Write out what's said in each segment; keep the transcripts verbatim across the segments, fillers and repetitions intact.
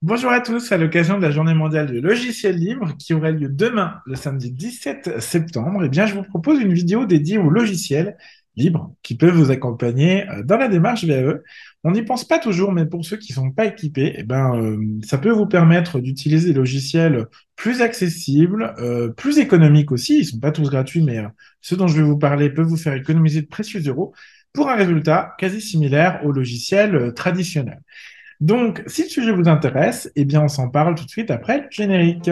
Bonjour à tous, à l'occasion de la Journée mondiale du logiciel libre qui aura lieu demain, le samedi dix-sept septembre, eh bien, je vous propose une vidéo dédiée aux logiciels libres qui peuvent vous accompagner euh, dans la démarche V A E. On n'y pense pas toujours, mais pour ceux qui ne sont pas équipés, eh ben, euh, ça peut vous permettre d'utiliser des logiciels plus accessibles, euh, plus économiques aussi. Ils ne sont pas tous gratuits, mais euh, ceux dont je vais vous parler peuvent vous faire économiser de précieux euros pour un résultat quasi similaire aux logiciels euh, traditionnels. Donc, si le sujet vous intéresse, eh bien, on s'en parle tout de suite après le générique.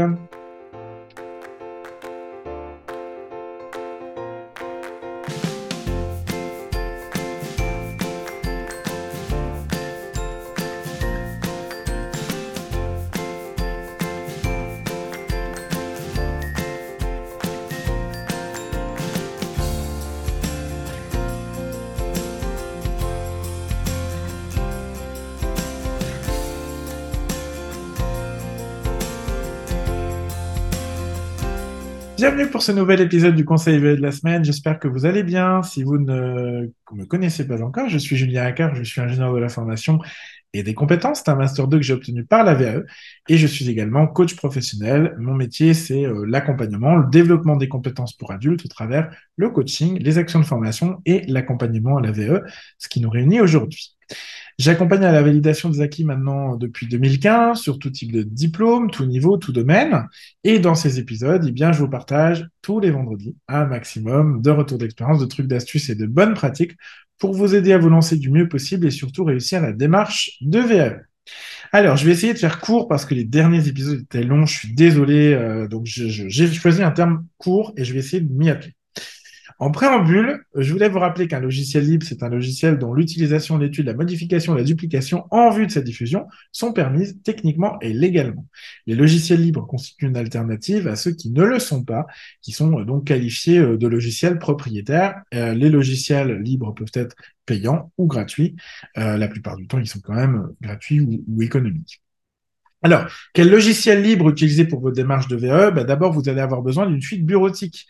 Bienvenue pour ce nouvel épisode du Conseil V A E de la semaine. J'espère que vous allez bien. Si vous ne me connaissez pas encore, je suis Julien Accard, je suis ingénieur de la formation et des compétences. C'est un Master deux que j'ai obtenu par la V A E et je suis également coach professionnel. Mon métier, c'est euh, l'accompagnement, le développement des compétences pour adultes au travers le coaching, les actions de formation et l'accompagnement à la V A E, ce qui nous réunit aujourd'hui. J'accompagne à la validation des acquis maintenant depuis deux mille quinze sur tout type de diplôme, tout niveau, tout domaine. Et dans ces épisodes, eh bien, je vous partage tous les vendredis un maximum de retours d'expérience, de trucs, d'astuces et de bonnes pratiques pour vous aider à vous lancer du mieux possible et surtout réussir la démarche de V A E. Alors, je vais essayer de faire court parce que les derniers épisodes étaient longs, je suis désolé. Euh, donc, je- je- j'ai choisi un terme court et je vais essayer de m'y appeler. En préambule, je voulais vous rappeler qu'un logiciel libre, c'est un logiciel dont l'utilisation, l'étude, la modification, la duplication en vue de sa diffusion sont permises techniquement et légalement. Les logiciels libres constituent une alternative à ceux qui ne le sont pas, qui sont euh, donc qualifiés euh, de logiciels propriétaires. Euh, les logiciels libres peuvent être payants ou gratuits. Euh, la plupart du temps, ils sont quand même gratuits ou, ou économiques. Alors, quel logiciel libre utiliser pour votre démarche de V A E? Bah, d'abord, vous allez avoir besoin d'une suite bureautique.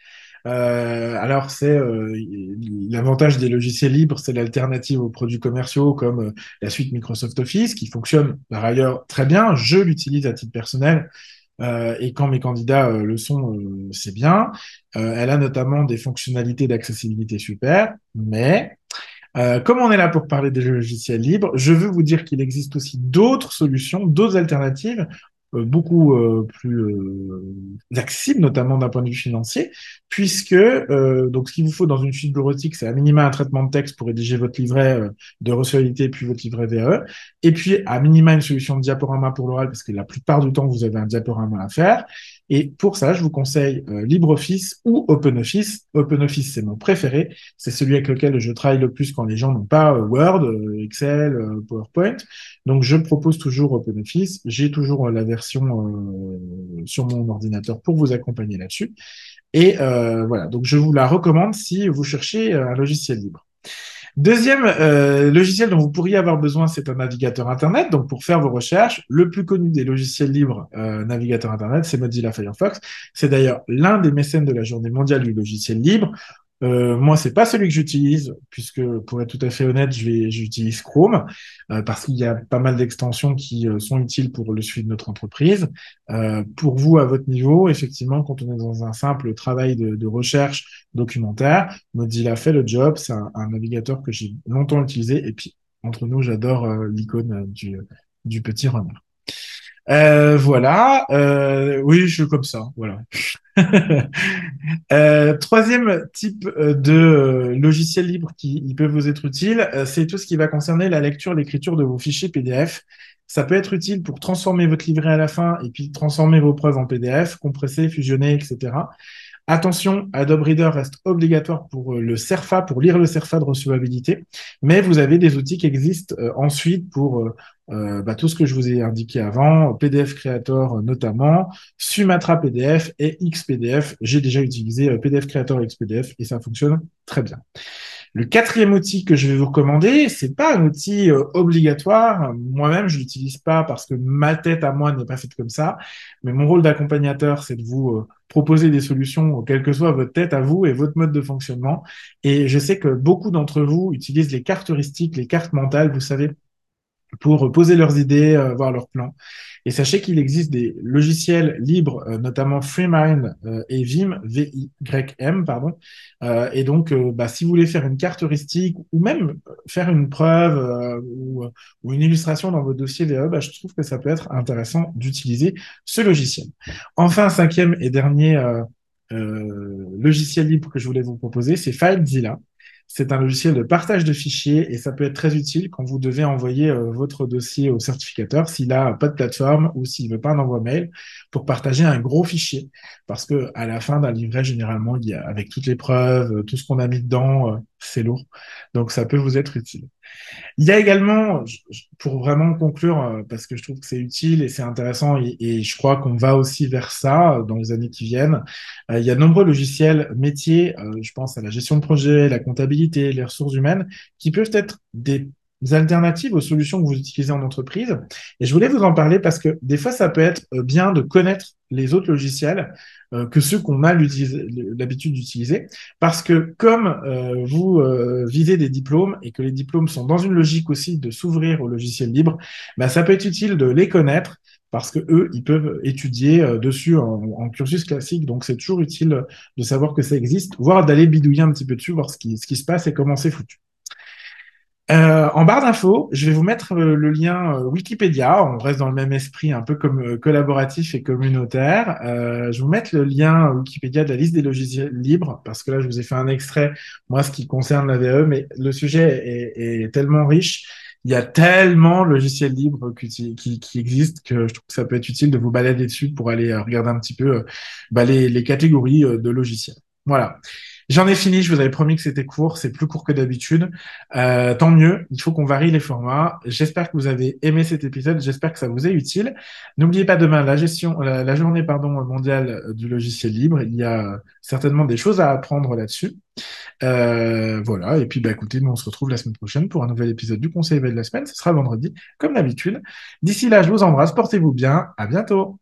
Euh, alors, c'est euh, l'avantage des logiciels libres, c'est l'alternative aux produits commerciaux comme euh, la suite Microsoft Office, qui fonctionne par ailleurs très bien. Je l'utilise à titre personnel. Euh, et quand mes candidats euh, le sont, euh, c'est bien. Euh, elle a notamment des fonctionnalités d'accessibilité super, mais euh, comme on est là pour parler des logiciels libres, je veux vous dire qu'il existe aussi d'autres solutions, d'autres alternatives, euh, beaucoup euh, plus euh, accessibles, notamment d'un point de vue financier, puisque euh, donc ce qu'il vous faut dans une fiche bureautique, c'est à minima un traitement de texte pour rédiger votre livret euh, de recevabilité puis votre livret V A E, et puis à minima une solution de diaporama pour l'oral, parce que la plupart du temps vous avez un diaporama à faire. Et pour ça, je vous conseille euh, LibreOffice ou OpenOffice. OpenOffice, c'est mon préféré. C'est celui avec lequel je travaille le plus quand les gens n'ont pas euh, Word, euh, Excel, euh, PowerPoint. Donc, je propose toujours OpenOffice. J'ai toujours euh, la version euh, sur mon ordinateur pour vous accompagner là-dessus. Et euh, voilà, donc je vous la recommande si vous cherchez euh, un logiciel libre. Deuxième euh, logiciel dont vous pourriez avoir besoin, c'est un navigateur Internet. Donc, pour faire vos recherches, le plus connu des logiciels libres euh, navigateur Internet, c'est Mozilla Firefox. C'est d'ailleurs l'un des mécènes de la Journée mondiale du logiciel libre. Euh, moi, c'est pas celui que j'utilise, puisque pour être tout à fait honnête, je vais, j'utilise Chrome euh, parce qu'il y a pas mal d'extensions qui euh, sont utiles pour le suivi de notre entreprise. Euh, pour vous, à votre niveau, effectivement, quand on est dans un simple travail de, de recherche documentaire, Mozilla fait le job. C'est un, un navigateur que j'ai longtemps utilisé. Et puis, entre nous, j'adore euh, l'icône euh, du, du petit renard. Euh, voilà. Euh, oui, je suis comme ça. Voilà. Euh, troisième type euh, de euh, logiciel libre qui qui peut vous être utile, euh, c'est tout ce qui va concerner la lecture, l'écriture de vos fichiers P D F. Ça peut être utile pour transformer votre livret à la fin et puis transformer vos preuves en P D F, compresser, fusionner, et cetera. Attention, Adobe Reader reste obligatoire pour euh, le CERFA, pour lire le CERFA de recevabilité, mais vous avez des outils qui existent euh, ensuite pour euh, euh, bah, tout ce que je vous ai indiqué avant, P D F Creator euh, notamment, Sumatra P D F et X P D F. J'ai déjà utilisé euh, P D F Creator et X P D F et ça fonctionne très bien. Le quatrième outil que je vais vous recommander, c'est pas un outil euh, obligatoire. Moi-même, je l'utilise pas parce que ma tête à moi n'est pas faite comme ça. Mais mon rôle d'accompagnateur, c'est de vous euh, proposer des solutions, euh, quelle que soit votre tête à vous et votre mode de fonctionnement. Et je sais que beaucoup d'entre vous utilisent les cartes heuristiques, les cartes mentales, vous savez, pour poser leurs idées, euh, voir leurs plans. Et sachez qu'il existe des logiciels libres, euh, notamment FreeMind euh, et Vim, V I Y M, pardon. Euh, et donc, euh, bah, si vous voulez faire une carte heuristique ou même faire une preuve euh, ou, ou une illustration dans vos dossiers V E, bah, je trouve que ça peut être intéressant d'utiliser ce logiciel. Enfin, cinquième et dernier euh, euh, logiciel libre que je voulais vous proposer, c'est FileZilla. C'est un logiciel de partage de fichiers et ça peut être très utile quand vous devez envoyer euh, votre dossier au certificateur s'il n'a pas de plateforme ou s'il ne veut pas un envoi mail pour partager un gros fichier. Parce que à la fin d'un livret, généralement, il y a, avec toutes les preuves, euh, tout ce qu'on a mis dedans, euh, c'est lourd. Donc ça peut vous être utile. Il y a également, pour vraiment conclure, euh, parce que je trouve que c'est utile et c'est intéressant, et, et je crois qu'on va aussi vers ça euh, dans les années qui viennent, euh, il y a de nombreux logiciels métiers, euh, je pense à la gestion de projet, la comptabilité, les ressources humaines, qui peuvent être des alternatives aux solutions que vous utilisez en entreprise. Et je voulais vous en parler parce que des fois, ça peut être euh, bien de connaître les autres logiciels euh, que ceux qu'on a l'habitude d'utiliser. Parce que comme euh, vous euh, visez des diplômes et que les diplômes sont dans une logique aussi de s'ouvrir au logiciel libre, bah, ça peut être utile de les connaître parce que eux, ils peuvent étudier euh, dessus en, en cursus classique. Donc, c'est toujours utile de savoir que ça existe, voire d'aller bidouiller un petit peu dessus, voir ce qui, ce qui se passe et comment c'est foutu. Euh, en barre d'infos, je vais vous mettre euh, le lien euh, Wikipédia. On reste dans le même esprit, un peu comme euh, collaboratif et communautaire. Euh, je vais vous mettre le lien Wikipédia de la liste des logiciels libres, parce que là, je vous ai fait un extrait, moi, ce qui concerne la V E, mais le sujet est, est tellement riche. Il y a tellement de logiciels libres qui, qui, qui existent que je trouve que ça peut être utile de vous balader dessus pour aller euh, regarder un petit peu euh, bah, les, les catégories euh, de logiciels. Voilà. J'en ai fini, je vous avais promis que c'était court, c'est plus court que d'habitude. Euh, tant mieux, il faut qu'on varie les formats. J'espère que vous avez aimé cet épisode, j'espère que ça vous est utile. N'oubliez pas demain la gestion, la, la journée pardon, mondiale du logiciel libre. Il y a certainement des choses à apprendre là-dessus. Euh, voilà, et puis bah écoutez, nous on se retrouve la semaine prochaine pour un nouvel épisode du Conseil de la semaine. Ce sera vendredi, comme d'habitude. D'ici là, je vous embrasse, portez-vous bien, à bientôt.